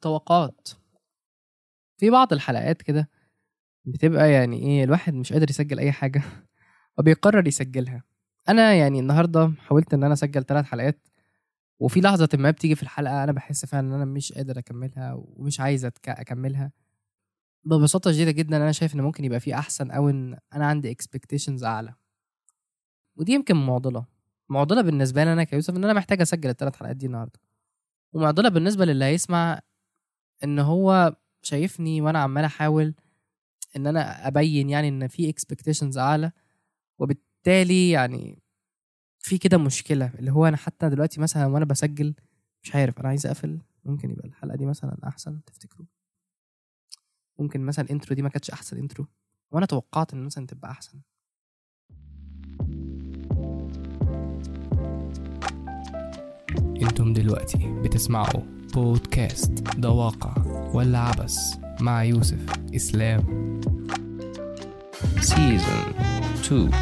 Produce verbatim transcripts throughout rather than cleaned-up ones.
التوقعات في بعض الحلقات كده بتبقى يعني ايه، الواحد مش قادر يسجل اي حاجة وبيقرر يسجلها. انا يعني النهاردة حاولت ان انا اسجل ثلاث حلقات، وفي لحظة ما بتيجي في الحلقة انا بحس فعلا ان انا مش قادر اكملها ومش عايز أتك- اكملها. ببساطة شديدة جدا انا شايف ان ممكن يبقى في احسن، او ان انا عندي expectations اعلى، ودي يمكن معضلة معضلة بالنسبة لي انا كيوسف، ان انا محتاج اسجل الثلاث حلقات دي النهاردة، ومعضلة بالنسبة للي هيسمع ان هو شايفني وانا عمال احاول ان انا ابين يعني ان في expectations اعلى، وبالتالي يعني في كده مشكلة اللي هو انا حتى دلوقتي مثلا وانا بسجل مش عارف انا عايز اقفل. ممكن يبقى الحلقة دي مثلا احسن تفتكروا؟ ممكن مثلا الانترو دي ما كانتش احسن انترو، وانا توقعت ان مثلا تبقى احسن. انتم دلوقتي بتسمعوا بودكاست ده واقع ولا عبث مع يوسف اسلام سيزون اتنين.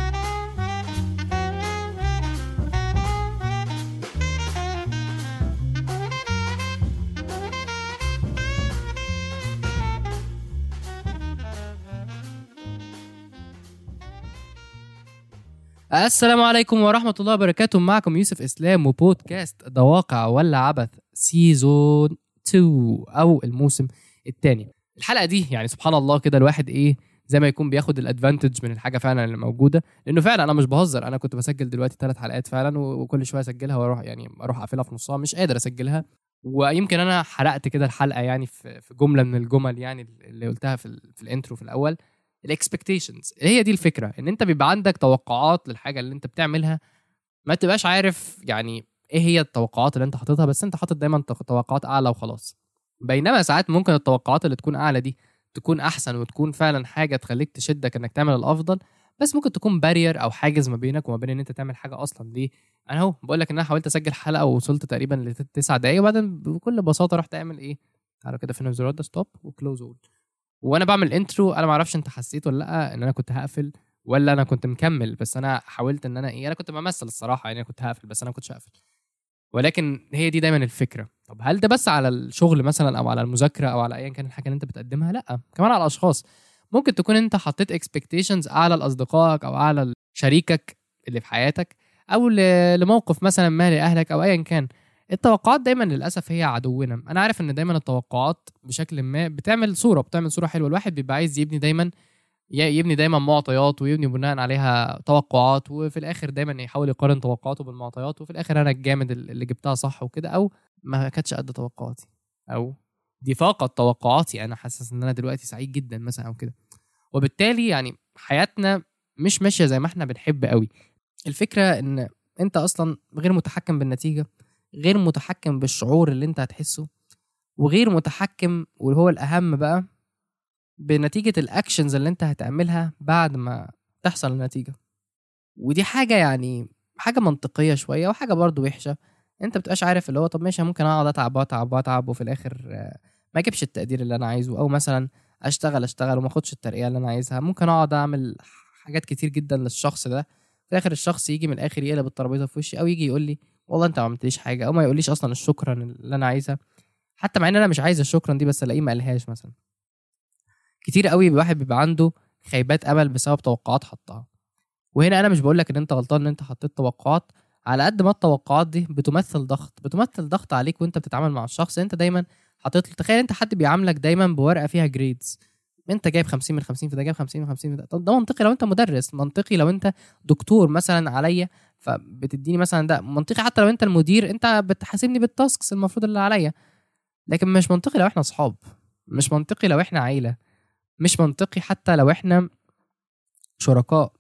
السلام عليكم ورحمة الله وبركاته، معكم يوسف إسلام وبودكاست ده واقع ولا عبث سيزون اتنين أو الموسم الثاني. الحلقة دي يعني سبحان الله كده الواحد إيه زي ما يكون بياخد الادفانتج من الحاجة فعلا اللي موجودة، لأنه فعلا أنا مش بهزر، أنا كنت بسجل دلوقتي ثلاث حلقات فعلا وكل شوية أسجلها وأروح يعني أروح أقفلها في نصها، مش قادر أسجلها. ويمكن أنا حرقت كده الحلقة يعني في جملة من الجمل يعني اللي قلتها في, في الانترو في الأول. الاكسبكتيشنز هي دي الفكره، ان انت بيبقى عندك توقعات للحاجه اللي انت بتعملها، ما تبقاش عارف يعني ايه هي التوقعات اللي انت حاططها، بس انت حاطط دايما توقعات اعلى وخلاص. بينما ساعات ممكن التوقعات اللي تكون اعلى دي تكون احسن وتكون فعلا حاجه تخليك تشدك انك تعمل الافضل، بس ممكن تكون بارير او حاجز ما بينك وما بين ان انت تعمل حاجه اصلا. ليه انا اهو بقول لك ان انا حاولت اسجل حلقه ووصلت تقريبا لتسع دقايق، وبعدين بكل بساطه رحت اعمل ايه، تعالوا كده في زرار ده ستوب وكلوز اول. وانا بعمل انترو انا ما اعرفش انت حسيت ولا لا ان انا كنت هقفل ولا انا كنت مكمل، بس انا حاولت ان انا ايه، انا كنت بمثل الصراحه يعني انا كنت هقفل بس انا ما كنتش هقفل. ولكن هي دي دايما الفكره. طب هل ده بس على الشغل مثلا او على المذاكره او على ايا كان الحاجه اللي انت بتقدمها؟ لا، كمان على الاشخاص. ممكن تكون انت حطيت اكسبكتيشنز اعلى لاصدقائك او اعلى شريكك اللي في حياتك، او ل- لموقف مثلا ما لاهلك او ايا كان. التوقعات دايما للاسف هي عدونا. انا عارف ان دايما التوقعات بشكل ما بتعمل صوره بتعمل صوره حلوه، الواحد بيبقى عايز يبني دايما يبني دايما معطيات ويبني بناء عليها توقعات، وفي الاخر دايما يحاول يقارن توقعاته بالمعطيات، وفي الاخر انا الجامد اللي جبتها صح وكده، او ما كانتش قد توقعاتي، او دي فاقت توقعاتي، انا حاسس ان انا دلوقتي سعيد جدا مثلا او كده. وبالتالي يعني حياتنا مش ماشيه زي ما احنا بنحب قوي. الفكره ان انت اصلا غير متحكم بالنتيجه، غير متحكم بالشعور اللي انت هتحسه، وغير متحكم وهو الاهم بقى بنتيجة الأكشنز اللي أنت هتعملها بعد ما تحصل النتيجة. ودي حاجة يعني حاجة منطقية شوية وحاجة برضو وحشة. أنت بتبقاش عارف اللي هو طب ماشي ممكن أقعد أتعب وأتعب وأتعب وفي الآخر آه، ما أجيبش التقدير اللي أنا عايزه، أو مثلا أشتغل أشتغل وما أخدش الترقية اللي أنا عايزها. ممكن أقعد أعمل حاجات كتير جدا للشخص ده، في الآخر الشخص يجي من الآخر يقلب الترابيزة في وشي، أو يجي يقول لي والله أنت ما عملتليش حاجة، أو ما يقوليش أصلا الشكرا اللي أنا عايزها، حتى مع إن أنا مش عايز الشكرا دي بس ألاقيه ما قالهاش مثلا. كتير قوي الواحد بيبقى عنده خيبات امل بسبب توقعات حطها. وهنا انا مش بقول لك ان انت غلطان ان انت حطيت توقعات، على قد ما التوقعات دي بتمثل ضغط بتمثل ضغط عليك وانت بتتعامل مع الشخص. انت دايما حطيت، تخيل انت حد بيعاملك دايما بورقه فيها جريدز، انت جايب خمسين من خمسين، فده جايب خمسين من خمسين، ده طب ده منطقي لو انت مدرس، منطقي لو انت دكتور مثلا عليا فبتديني مثلا، ده منطقي حتى لو انت المدير انت بتحاسبني بالتاسكس المفروض اللي عليا. لكن مش منطقي لو احنا اصحاب، مش منطقي لو احنا عيله، مش منطقي حتى لو احنا شركاء.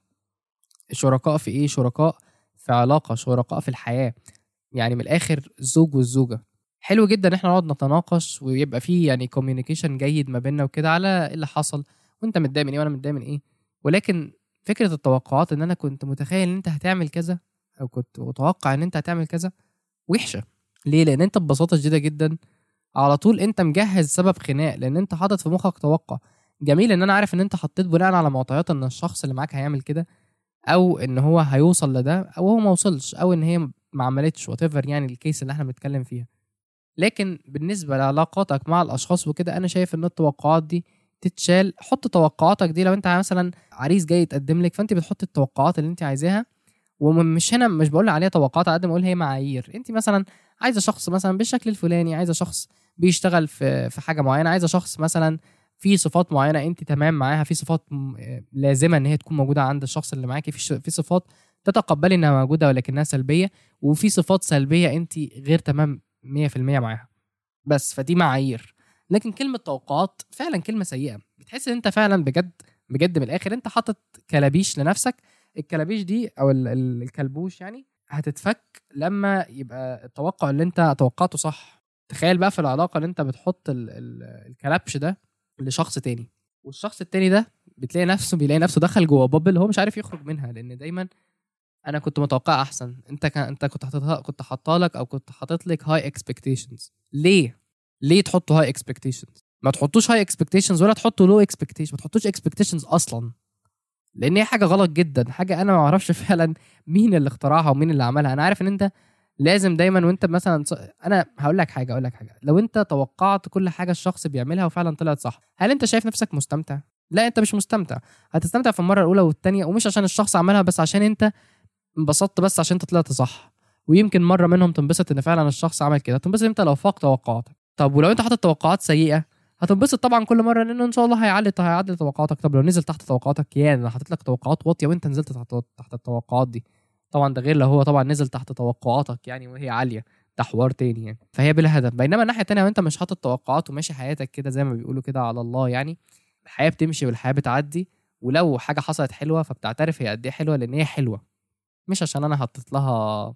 شركاء في ايه؟ شركاء في علاقة، شركاء في الحياة. يعني من الاخر الزوج والزوجة، حلو جدا ان احنا نقعد نتناقش ويبقى فيه يعني كوميونيكيشن جيد ما بيننا وكده على اللي حصل، وانت متضايق من ايه وانا متضايق من ايه. ولكن فكرة التوقعات ان انا كنت متخيل ان انت هتعمل كذا، او كنت متوقع ان انت هتعمل كذا، وحشة. ليه؟ لان انت ببساطة شديدة جدا على طول انت مجهز سبب خناق، لان انت حاطط في مخك توقع. جميل ان انا عارف ان انت حطيت بناء على معطيات ان الشخص اللي معاك هيعمل كده، او ان هو هيوصل لده، او هو ما وصلش، او ان هي ما عملتش whatever يعني الكيس اللي احنا بنتكلم فيها. لكن بالنسبه لعلاقاتك مع الاشخاص وكده انا شايف ان التوقعات دي تتشال. حط توقعاتك دي، لو انت مثلا عريس جاي يتقدم لك فانت بتحط التوقعات اللي انت عايزاها، ومش هنا مش بقول عليها توقعات قد ما اقول هي معايير. انت مثلا عايزه شخص مثلا بالشكل الفلاني، عايزه شخص بيشتغل في في حاجه معينه، عايزه شخص مثلا في صفات معينه انت تمام معاها، في صفات م- لازمه ان هي تكون موجوده عند الشخص اللي معاكي، في ش- في صفات تتقبلي انها موجوده ولكنها سلبيه، وفي صفات سلبيه انت غير تمام مية في المية معاها. بس فدي معايير. لكن كلمه توقعات فعلا كلمه سيئه، بتحس ان انت فعلا بجد بجد من الاخر انت حاطط كلابيش لنفسك. الكلابيش دي او ال- ال- الكلبوش يعني هتتفك لما يبقى التوقع اللي انت توقعته صح. تخيل بقى في العلاقه اللي انت بتحط ال ال الكلبش ده لشخص تاني، والشخص التاني ده بتلاقي نفسه بيلاقي نفسه دخل جوه بابل هو مش عارف يخرج منها، لان دايما انا كنت متوقع احسن. انت كان انت كنت حاططها كنت حاطه لك او كنت حاطط لك هاي اكسبكتيشنز. ليه ليه تحطوا هاي اكسبكتيشنز؟ ما تحطوش هاي اكسبكتيشنز ولا تحطوا لو اكسبكتيشن، ما تحطوش اكسبكتيشنز اصلا، لان هي حاجه غلط جدا، حاجه انا ما اعرفش فعلا مين اللي اخترعها ومين اللي عملها. انا عارف ان انت لازم دايما وانت مثلا ص- انا هقول لك حاجه اقول لك حاجه لو انت توقعت كل حاجه الشخص بيعملها وفعلا طلعت صح، هل انت شايف نفسك مستمتع؟ لا، انت مش مستمتع. هتستمتع في المره الاولى والثانيه، ومش عشان الشخص عملها بس عشان انت انبسطت بس عشان انت طلعت صح. ويمكن مره منهم تنبسط ان فعلا الشخص عمل كده، تنبسط انت لو فاق توقعاتك. طب ولو انت حاطط توقعات سيئه هتنبسط طبعا كل مره لانه ان شاء الله هيعلي هيعدل توقعاتك. طب لو نزل تحت توقعاتك، يا انا حاطط لك توقعات واطيه وانت نزلت تحت تحت التوقعات دي. طبعا ده غير لو هو طبعا نزل تحت توقعاتك يعني وهي عاليه، ده حوار تاني يعني. فهي بلا هدف. بينما الناحيه التانيه وانت مش حاطط توقعات وماشي حياتك كده زي ما بيقولوا كده على الله يعني، الحياه بتمشي والحياه بتعدي. ولو حاجه حصلت حلوه فبتعترف هي قد ايه حلوه لان هي حلوه، مش عشان انا حطيت لها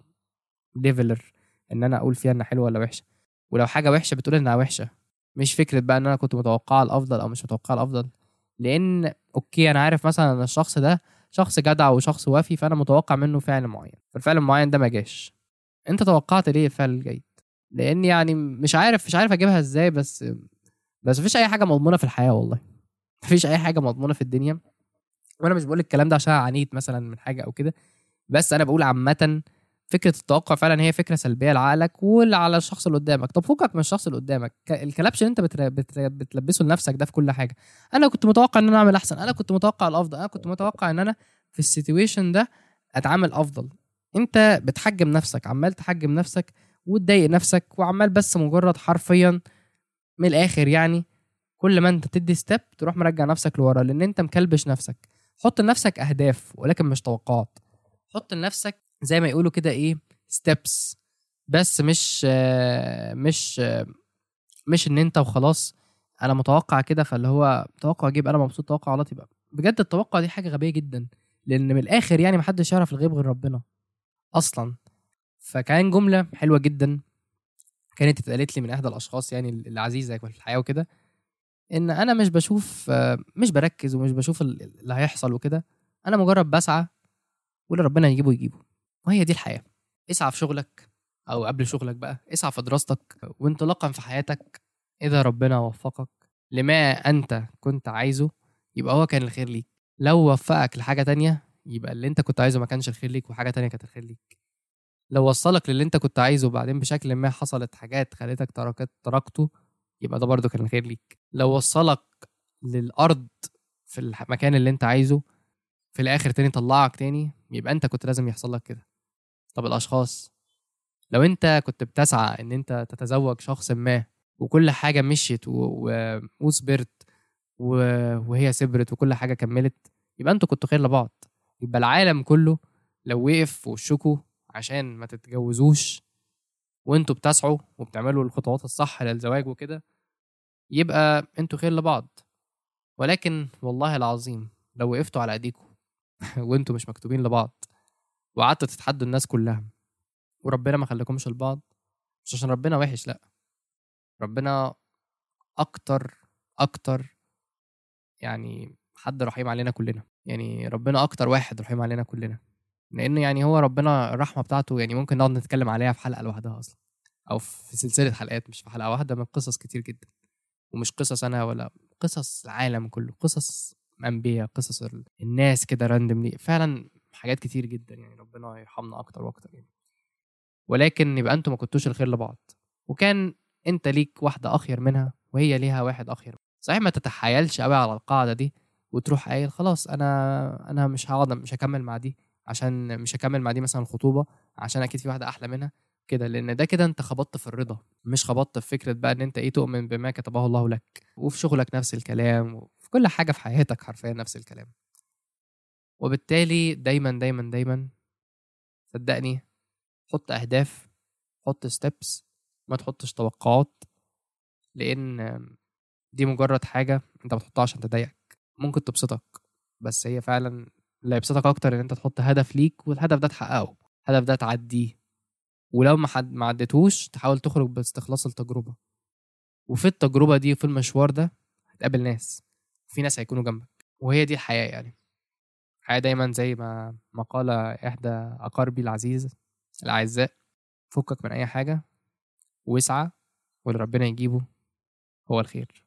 ليفلر ان انا اقول فيها انها حلوه ولا وحشه. ولو حاجه وحشه بتقول انها وحشه، مش فكره بقى ان انا كنت متوقعه الافضل او مش متوقعه الافضل. لان اوكي انا عارف مثلا ان الشخص ده شخص جدع وشخص وافي، فانا متوقع منه فعل معين، فالفعل المعين ده ما جاش. انت توقعت ليه الفعل الجيد؟ لان يعني مش عارف مش عارف اجيبها ازاي. بس بس مفيش اي حاجه مضمونه في الحياه والله. مفيش اي حاجه مضمونه في الدنيا. وانا مش بقول الكلام ده عشان عانيت مثلا من حاجه او كده، بس انا بقول عامه فكره التوقع فعلا هي فكره سلبيه لعقلك وعلى الشخص اللي قدامك. طب فوقك من الشخص اللي قدامك، ك- الكلبش اللي انت بتر... بتر... بتلبسه لنفسك ده في كل حاجه. انا كنت متوقع ان انا اعمل احسن، انا كنت متوقع الافضل، انا كنت متوقع ان انا في السيتويشن ده اتعامل افضل. انت بتحجم نفسك، عمال تحجم نفسك وتضايق نفسك، وعمال بس مجرد حرفيا من الاخر يعني كل ما انت تدي ستيب تروح مرجع نفسك لورا لان انت مكلبش نفسك. حط لنفسك اهداف ولكن مش توقعات. حط لنفسك زي ما يقولوا كده ايه ستيبس، بس مش آه، مش آه، مش ان انت وخلاص انا متوقع كده فاللي هو توقع اجيب انا مبسوط توقع غلط. يبقى بجد التوقع دي حاجه غبيه جدا، لان من الاخر يعني محدش يعرف الغيب غير ربنا اصلا. فكان جمله حلوه جدا كانت اتقالت لي من احدى الاشخاص يعني العزيزه في الحياه وكده، ان انا مش بشوف آه، مش بركز ومش بشوف ال- اللي هيحصل وكده، انا مجرد بسعى واللي ربنا يجيبه يجيبه. وهي دي الحياه. اسعى في شغلك او قبل شغلك بقى اسعى في دراستك وانطلاقا في حياتك. اذا ربنا وفقك لما انت كنت عايزه يبقى هو كان الخير ليك. لو وفقك لحاجه تانية يبقى اللي انت كنت عايزه ما كانش الخير ليك وحاجه تانية كانت الخير ليك. لو وصلك للي انت كنت عايزه وبعدين بشكل ما حصلت حاجات خلتك تركت تركته يبقى ده برضه كان الخير ليك. لو وصلك للارض في المكان اللي انت عايزه في الاخر تاني طلعك تاني يبقى انت كنت لازم يحصل لك كده. طب الاشخاص، لو انت كنت بتسعى ان انت تتزوج شخص ما وكل حاجه مشيت و... و... وصبرت و... وهي صبرت وكل حاجه كملت يبقى انتوا كنتوا خير لبعض. يبقى العالم كله لو وقف في وشكوا عشان ما تتجوزوش وانتوا بتسعوا وبتعملوا الخطوات الصح للزواج وكده يبقى انتوا خير لبعض. ولكن والله العظيم لو وقفتوا على ايديكم وانتوا مش مكتوبين لبعض وقعدتوا تتحدوا الناس كلها وربنا ما خليكمش لبعض، مش عشان ربنا وحش، لا، ربنا اكتر اكتر يعني حد رحيم علينا كلنا. يعني ربنا اكتر واحد رحيم علينا كلنا، لان يعني هو ربنا الرحمه بتاعته يعني ممكن نقعد نتكلم عليها في حلقه لوحدها اصلا او في سلسله حلقات مش في حلقه واحده من قصص كتير جدا. ومش قصص انا ولا قصص العالم كله، قصص انبياء، قصص ال- الناس كده راندملي فعلا حاجات كتير جدا يعني ربنا يرحمنا اكتر واكتر يعني. ولكن يبقى انتوا ما كنتوش الخير لبعض. وكان انت ليك واحده اخير منها وهي ليها واحد اخير. صحيح ما تتحايلش قوي على القاعده دي وتروح قايل خلاص انا انا مش هقعد مش هكمل مع دي عشان مش هكمل مع دي مثلا الخطوبه عشان اكيد في واحده احلى منها كده، لان ده كده انت خبطت في الرضا، مش خبطت في فكره بقى ان انت ايه تؤمن بما كتبه الله لك. وفي شغلك نفس الكلام، وفي كل حاجه في حياتك حرفيا نفس الكلام. وبالتالي دايما دايما دايما صدقني حط اهداف، حط ستيبس، ما تحطش توقعات، لان دي مجرد حاجه انت بتحطها عشان تضايقك، ممكن تبسطك بس هي فعلا اللي يبسطك اكتر ان انت تحط هدف ليك والهدف ده تحققه، الهدف ده تعديه، ولو ما حد ما عدتوش تحاول تخرج باستخلاص التجربه. وفي التجربه دي وفي المشوار ده هتقابل ناس، وفي ناس هيكونوا جنبك، وهي دي الحياه. يعني الحياه دايما زي ما ما قال احدى اقاربي العزيز الاعزاء، فكك من اي حاجه واسعى واللي ربنا يجيبه هو الخير.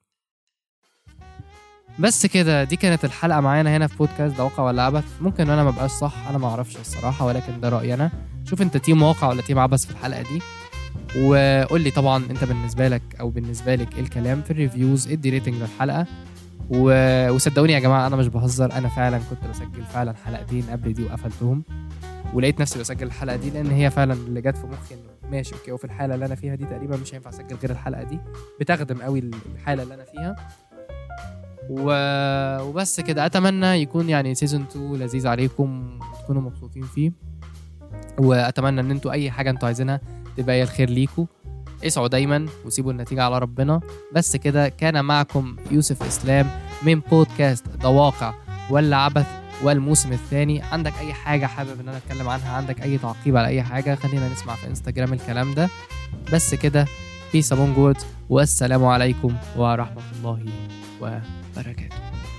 بس كده دي كانت الحلقه معانا هنا في بودكاست ده واقع ولا عبث. ممكن انا ما بقاش صح، انا ما اعرفش الصراحه، ولكن ده رايي انا. شوف انت تيم واقع ولا تيم عبث في الحلقه دي، وقول لي طبعا انت بالنسبه لك او بالنسبه لك ايه الكلام في الريفيوز، ادي ريتنج للحلقه. و... وصدقوني يا جماعه انا مش بهزر، انا فعلا كنت بسجل فعلا حلقتين قبل دي وقفلتهم، ولقيت نفسي بسجل الحلقه دي لان هي فعلا اللي جت في مخي انه ماشي اوكي، وفي الحاله اللي انا فيها دي تقريبا مش هينفع اسجل غير الحلقه دي، بتخدم قوي الحاله اللي انا فيها. و... وبس كده، اتمنى يكون يعني سيزون اتنين لذيذ عليكم تكونوا مبسوطين فيه، واتمنى ان انتوا اي حاجه انتوا عايزينها تبقى هي الخير ليكوا. اسعوا دايما وسيبوا النتيجه على ربنا. بس كده كان معكم يوسف اسلام من بودكاست ده واقع ولا عبث والموسم الثاني. عندك اي حاجه حابب ان انا اتكلم عنها، عندك اي تعقيب على اي حاجه، خلينا نسمع في انستجرام الكلام ده. بس كده peace among words، والسلام عليكم ورحمه الله وبركاته.